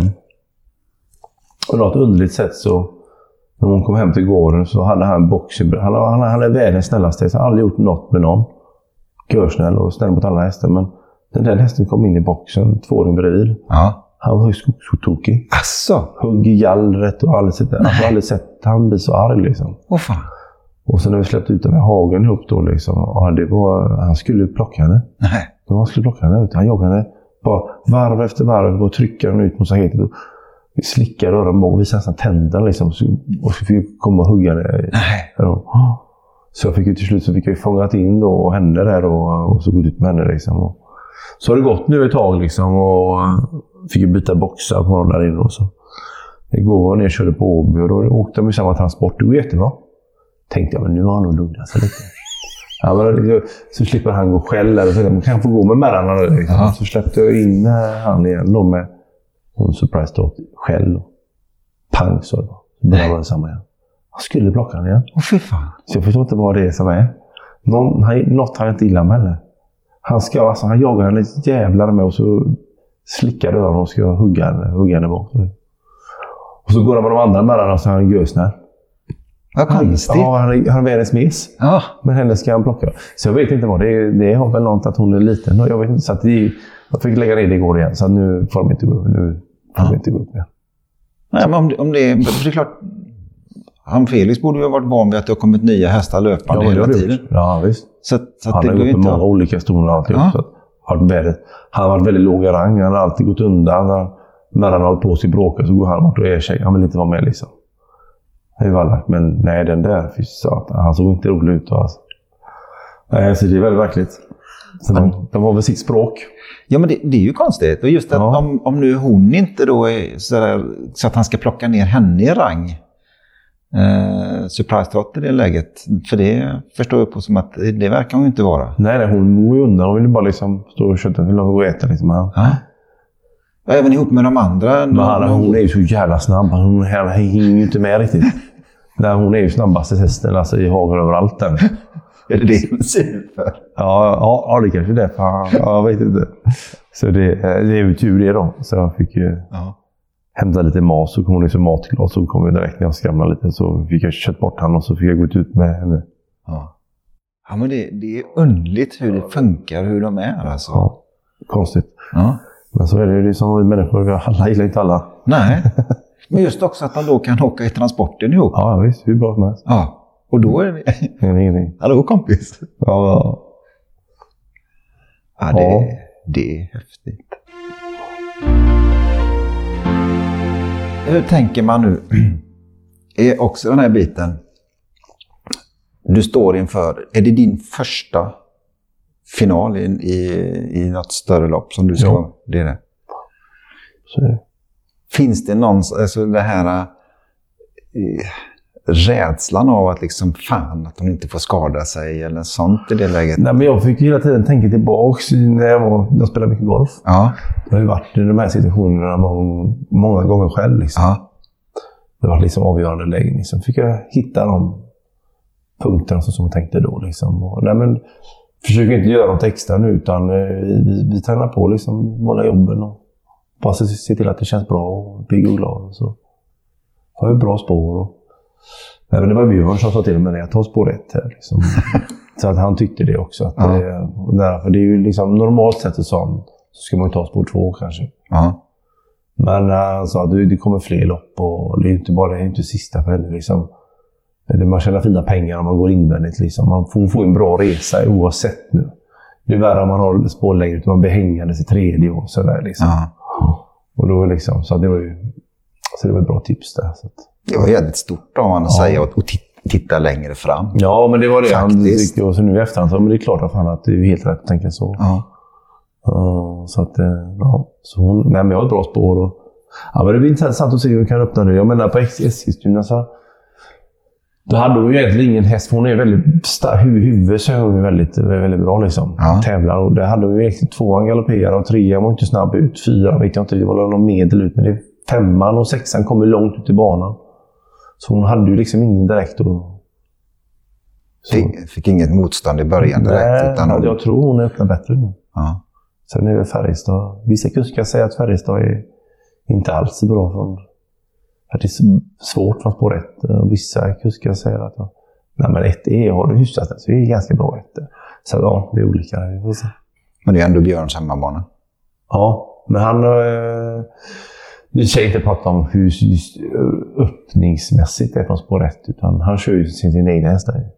Och något underligt sätt så, när hon kom hem till gården så hade han boxing. Han, han, han är världens snällaste häst. Han har aldrig gjort något med någon. Görsnäll och snäll mot alla hästar. Men den där hästen kom in i boxen, tvååring bredvid. Ja. Han var ju skogstokig. Asså? Hugg i gallret och aldrig sett det. Jag har aldrig sett han bli så arg liksom. Åh fan. Och sen när vi släppte ut den i hagen ihop då liksom. Och det var, han skulle plocka henne. Nej. Då han skulle plocka henne ut. Han joggade henne. Bara varv efter varv och trycker den ut mot sig helt. Vi slickar rören och visar nästan tänderna liksom. Och så fick vi komma och hugga det. Nej. Så jag fick ju till slut så fick jag ju fångat in då och henne där och, och så gått ut med henne liksom. Och så har det gått nu ett tag liksom och fick ju byta boxar på dem där inne och så. Igår när jag körde på Åby och då åkte de i samma transport. Det var jättebra. Tänkte jag, men nu har han nog lugnat sig lite. Ja, men så slipper han gå själv eller så man kan få gå med märarna liksom. Så släppte jag in han igen då med hon Surprise Trot själv. Pang så det var. Så började det samma igen. Han skulle plocka han igen. Åh fy fan. Så jag förstår inte vad det är som är. Någon, han, något har jag inte illa med heller. Han ska alltså han jagar henne jävlar med och så slickar dörren och ska hugga henne, hugga henne bak. Och så går han med de andra märarna så har han gösnär. Vad konstigt. Ja, han är, han är världens mes. Ja. Men henne ska han plocka. Så jag vet inte vad det är. Det har väl något att hon är liten. Jag vet inte. Så att det, jag fick lägga ner det igår igen. Så nu får de inte gå upp. Nu får de inte gå upp mer. Nej, men om det, om det, är, det är klart. Han Felix borde ju ha varit van vid att det har kommit nya hästar löpande ja, hela tiden. Ja, visst. Så, så han det har gått med många olika stolar och alltid. Ja. Så han, väldigt, han har varit väldigt låg i rang. Han har alltid gått undan. När, när han har hållit på sig bråka så går han bort och erkänner. Han vill inte vara med liksom. Men nej, den där han såg inte rolig ut alltså. Nej, så det är väldigt verkligt. Så de, de har väl sitt språk. Ja, men det, det är ju konstigt. Och just att ja. om, om nu hon inte då är så, där, så att han ska plocka ner henne i rang. eh, surprise-trott i det läget? För det förstår jag på som att det verkar hon inte vara. Nej, nej hon går ju undan. Hon vill bara liksom stå och köta. Hon vill gå och äta liksom. Ja. Även ihop med de andra. Men alla, hon är ju så jävla snabb. Hon hänger ju inte med riktigt. Nej, hon är ju snabbaste hästen alltså, i hagen överallt. Där. Är det det hon ser för? Ja, ja, ja, det kanske är det. Fan. Ja, jag vet inte. Så det, det är ju tur det då. Så jag fick ju ja. hämta lite mat. Så kom hon liksom matglas. Så kom jag direkt när jag skramlade lite. Så fick jag kött bort han och så fick jag gå ut med henne. Ja, ja men det, det är underligt hur det funkar, hur de är alltså. Ja, konstigt. Ja. Men så är det ju som vi människor. Alla gillar inte alla. Nej. Men just också att de då kan åka i transporten ihop. Ja, visst. Hur bra som helst. Ja. Och då är det... Ingenting. Hallå kompis. Ja. Ja, det, ja. det är häftigt. Hur tänker man nu? Är också den här biten. Du står inför. Är det din första final i, i, i något större lopp som du ska... Ja. Det är det. Så är det. Finns det någon, alltså det här äh, rädslan av att liksom fan att de inte får skada sig eller sånt i det läget? Nej, men jag fick hela tiden tänka tillbaks när jag var, jag spelade mycket golf. Ja. Jag har ju varit i de här situationerna många, många gånger själv liksom. Ja. Det var liksom avgörande lägen liksom. Fick jag hitta de punkterna som jag tänkte då liksom. Och, nej, men försök inte göra något extra nu utan eh, vi, vi tränar på liksom våra jobben och bara se till att det känns bra och pigg och glad. Och så har vi bra spår. Och... Nej, men det var Björn som sa till mig att jag tar spår ett här. Liksom. Så att han tyckte det också. Att ja. det, och därför, det är ju liksom normalt sett och så ska man ta spår två kanske. Ja. Men han sa att det kommer fler lopp och det är inte bara det är inte sista för henne. Liksom. Man tjänar fina pengar om man går invändigt. Liksom. Man får, får en bra resa oavsett nu. Det är värre om man har spår längre utan man blir hängandes i tredje och sådär liksom. Ja. Och då liksom, så det var ju så det var ett bra tips där. Så att, det var jävligt stort av han att ja. säga och, och titta längre fram. Ja, men det var det faktiskt. Han tyckte och så nu i efterhand så men det är klart att han att det är helt rätt att tänka så. Ja. Uh, så att ja, så hon, nej men jag har ett bra spår och ja, men det blir intressant att se hur vi kan öppna nu. Jag menar på Eskilstuna så då hade hon ju egentligen ingen häst. Hon är väldigt stark. Huvudet så är hon väldigt, väldigt bra liksom. Ja. Tävlar. Och det hade hon ju egentligen tvåan galopperade och trean var inte snabb ut. Fyran vet jag inte. Det var någon medel ut. Men det, femman och sexan kom ju långt ut i banan. Så hon hade ju liksom ingen direkt att... Fick, fick inget motstånd i början direkt? Nej, utan hon... jag tror hon öppnar bättre nu. Ja. Sen är det Färjestad. Vissa kuskar säger att Färjestad är inte alls så bra från... Att det är svårt från spår ett. Och vissa kuskar säger att nej, men ett E har du hyfsat så det är ganska bra ett. Så ja, det är olika. Men det är ändå Björns hemmabana. Ja, men han... Eh, vi ska inte prata om hur öppningsmässigt det är från spår ett. Utan han kör ju sin, sin egen häst där.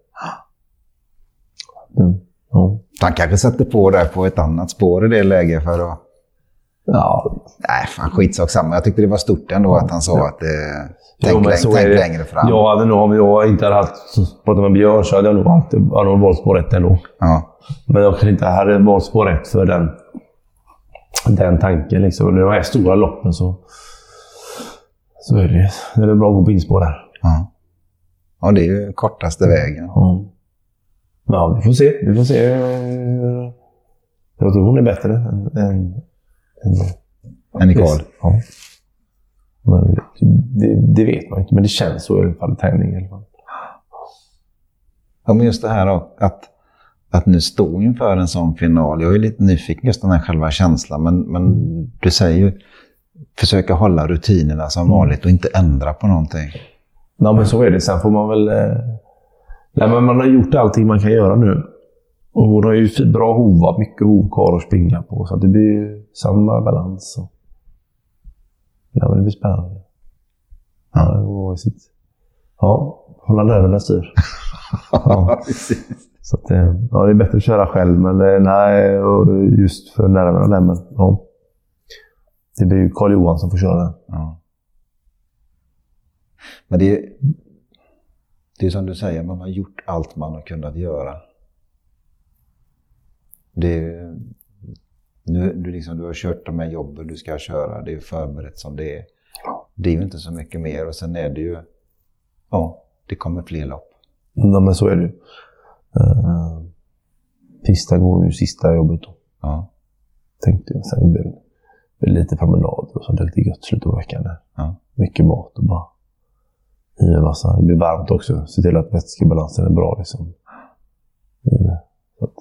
Mm, ja. Han kanske sätter på där på ett annat spår i det läget för att... Ja. Nej, fan skitsak samma. Jag tyckte det var stort ändå ja, att han sa ja. att eh, tänk, jo, läng- tänk längre fram. Jag hade nog, om jag inte hade haft pratat med Björn så hade jag nog alltid hade nog valt spår ett ändå. Ja. Men jag kan inte hade valt spår ett för den, den tanken. Liksom. När de här stora loppen så, så är det, det är bra att gå på inspår där. Ja. Ja, det är ju kortaste vägen. Ja. Ja, vi får se. Vi får se. Jag tror hon är bättre än... än Än Nicole? Ja. Men det, det vet man inte, men det känns så i alla fall i tävling i alla fall. Ja, men just det här då, att, att nu stå inför en sån final. Jag är lite nyfiken just den här själva känslan, men, men du säger ju försöka hålla rutinerna som vanligt och inte ändra på någonting. Ja, men så är det. Sen får man väl... Eh, nej, men man har gjort allting man kan göra nu. Och hon har ju bra hova, mycket hov kvar att springa på. Så att det blir ju samma balans. Och... Ja, men det blir spännande. Ja, det var sitt... Ja, hålla nerverna styr. Ja, så att, ja, det är bättre att köra själv. Men nej, just för nerverna där. Men, ja. Det blir ju Carl Johan som får köra den. Ja. Men det är, det är som du säger, man har gjort allt man har kunnat göra. Det är, nu, du, liksom, du har kört de här jobben du ska köra, det är förberett som det är. Det är ju inte så mycket mer och sen är det ju, ja, det kommer fler lopp. Ja, men så är det ju. Uh, Pista går ju sista jobbet då. Ja. Tänkte jag. Sen blir det lite promenader och sånt. Det är lite gött slut av veckan där. Ja. Mycket mat och bara i en massa. Det blir varmt också. Se till att vätskebalansen är bra liksom. I det. Så att,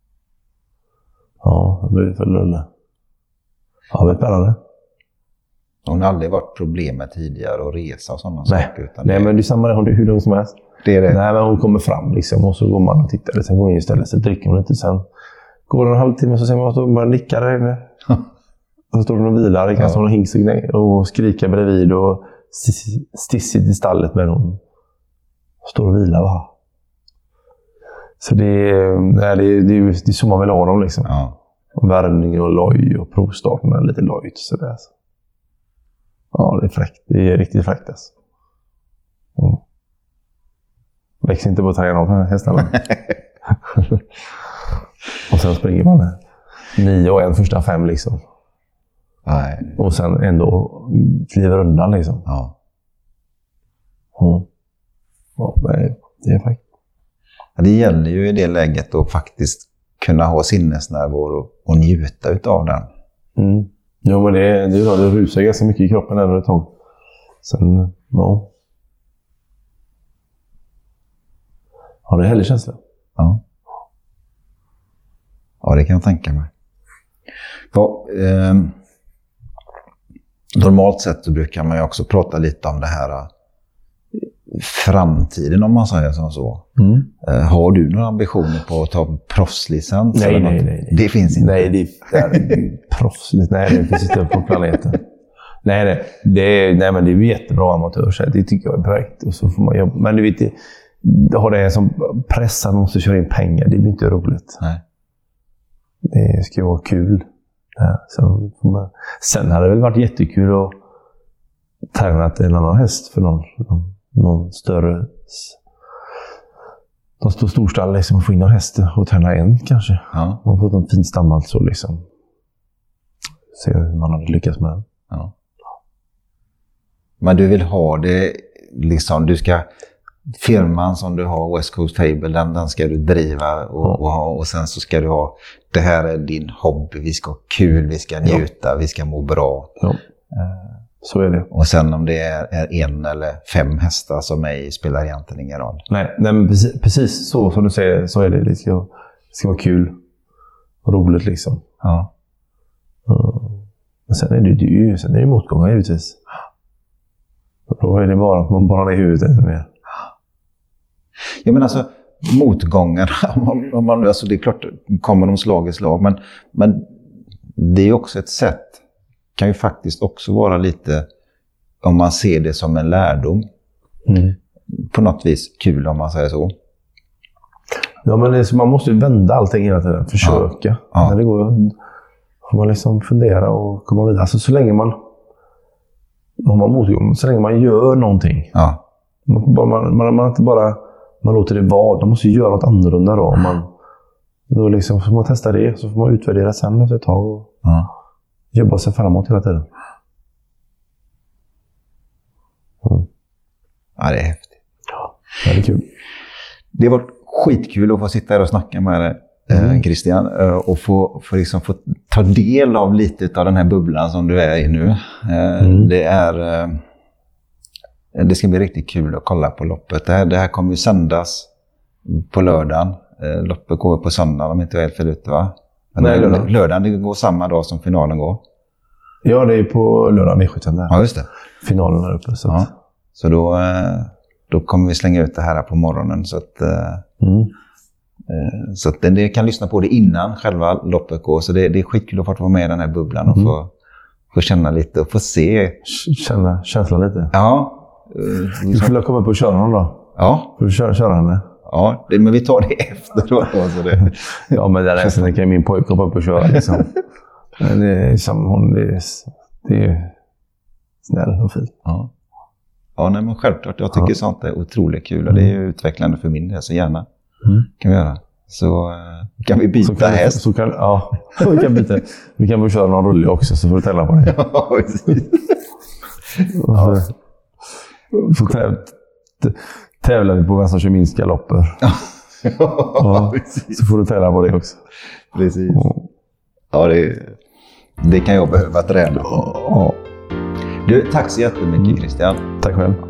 ja, det blir för lulle. Ja, det är spännande. Hon har aldrig varit problemet tidigare att resa och sådana Nej. saker. Utan Nej, det... men det är samma, hon är hur lugn som helst. Det är det. Nej, men hon kommer fram liksom och så går man och tittar. Sen går hon in istället, så dricker hon lite. Sen går det en halvtimme så ser man att hon bara nickar där inne. Och så står hon och vilar. Det kan stå en hink och skrika bredvid och stissigt i stallet med hon. Står och vilar va. Så det är, nej, det, är, det, är, det är så man vill ha dem liksom. Ja. Och värmning och loj och provstarten är lite lojt så där. Ja, det är fräckt. Det är riktigt fräckt alltså. Mm. Växer inte på att ta igenom den här hästarna. Och sen springer man här. Nio och en första fem liksom. Nej. Och sen ändå kliver undan liksom. Ja. Mm. Ja, det är fräckt. Ja, det gäller ju i det läget att faktiskt kunna ha sinnesnärvaro och, och njuta utav den. Mm. Jo, men det, det, det, det rusar ganska mycket i kroppen ändå ett tag. Sen, ja. Har du en härlig känsla? Ja. Ja, det kan jag tänka mig. På, eh, normalt sett så brukar man ju också prata lite om det här uh, framtiden, om man säger som så. Mm. Eh, har du några ambitioner på att ta proffslicens? Nej, eller nej, något? nej, nej. Det finns inte. Nej, det är, det är proffsligt. Nej, det finns inte på planeten. Nej, nej. Det är, nej, men det är jättebra amatör. Så det tycker jag är perfekt. Och så får man jobba. Men du vet, det, det har det som pressar någon som kör in pengar. Det blir inte roligt. Nej. Det ska vara kul. Ja, så får man, sen hade det väl varit jättekul att träna till en annan häst för någon, någon, någon större någon stor storstall liksom, att få in en häst och träna en kanske. Ja. Man får en fin stam så liksom. Se hur man hade lyckats med den. Ja. Men du vill ha det liksom, du ska firman som du har, West Coast Table, den, den ska du driva och, ja. och ha, och sen så ska du ha, det här är din hobby, vi ska ha kul, vi ska njuta, ja. vi ska må bra. Ja. Så är det. Och sen om det är, är en eller fem hästar som mig spelar egentligen ingen roll. Nej, nej men precis, precis så som du säger så är det. Det ska, det ska vara kul och roligt liksom. Ja. Mm. Men sen är det ju sen är det motgångar givetvis. Och då är det bara att man bara är i huvudet ännu mer. Ja, men alltså motgångar, om man, alltså det är klart kommer de slag i slag, men, men det är också ett sätt, kan ju faktiskt också vara lite, om man ser det som en lärdom, mm. på något vis kul om man säger så. Ja, men det är så, man måste ju vända allting hela tiden, försöka. Ja. Ja. När det går får man liksom fundera och komma vidare. Alltså så länge man, man, motgång, så länge man gör någonting. Ja. Man, man, man, man inte bara man låter det vara, man måste göra något annorlunda då. Man, då liksom får man testa det, så får man utvärdera sen efter ett tag och Ja. jobba sig framåt hela tiden. Mm. Ja, det är häftigt. Ja, det är kul. Det var skitkul att få sitta här och snacka med dig, mm. Christian, och få, få, liksom få ta del av lite av den här bubblan som du är i nu. Mm. Det är... Det ska bli riktigt kul att kolla på loppet. Det här, det här kommer ju sändas på lördagen. Loppet går på söndagen om inte jag är helt fel ute, va? Men Nej, lördagen. lördagen det går samma dag som finalen går. Ja, det är på lördagen i sjuttiotalet där. Ja, just det. Finalen där uppe. Så, ja. så då, då kommer vi slänga ut det här på morgonen. Så att, mm. så att det kan lyssna på det innan själva loppet går. Så det, det är skitkul att få vara med i den här bubblan och mm. få, få känna lite och få se. Känna känslan lite. Ja. Du skulle komma på att köra någon då? Ja. Får du köra, köra henne? Ja, det, men vi tar det efter då. Alltså det. Ja, men där är kan min pojke komma upp och köra liksom. Det är som hon, det är, det är snäll och fint. Ja, ja nej, men självklart. Jag tycker ja. sånt är otroligt kul och det är ju utvecklande för min del, så gärna mm. kan vi göra. Så uh, kan vi byta så kan häst. Vi, så kan, ja, vi kan byta. Vi kan väl köra någon rulle också så får du tälla på det. Ja, precis. Ja. Så trä, tävlar vi på vem som kör minst galopper. Ja, så får du tävla på det också. Precis. Ja, det, det kan jag behöva träna på. Ja. Du, tack så jättemycket Christian. Tack själv.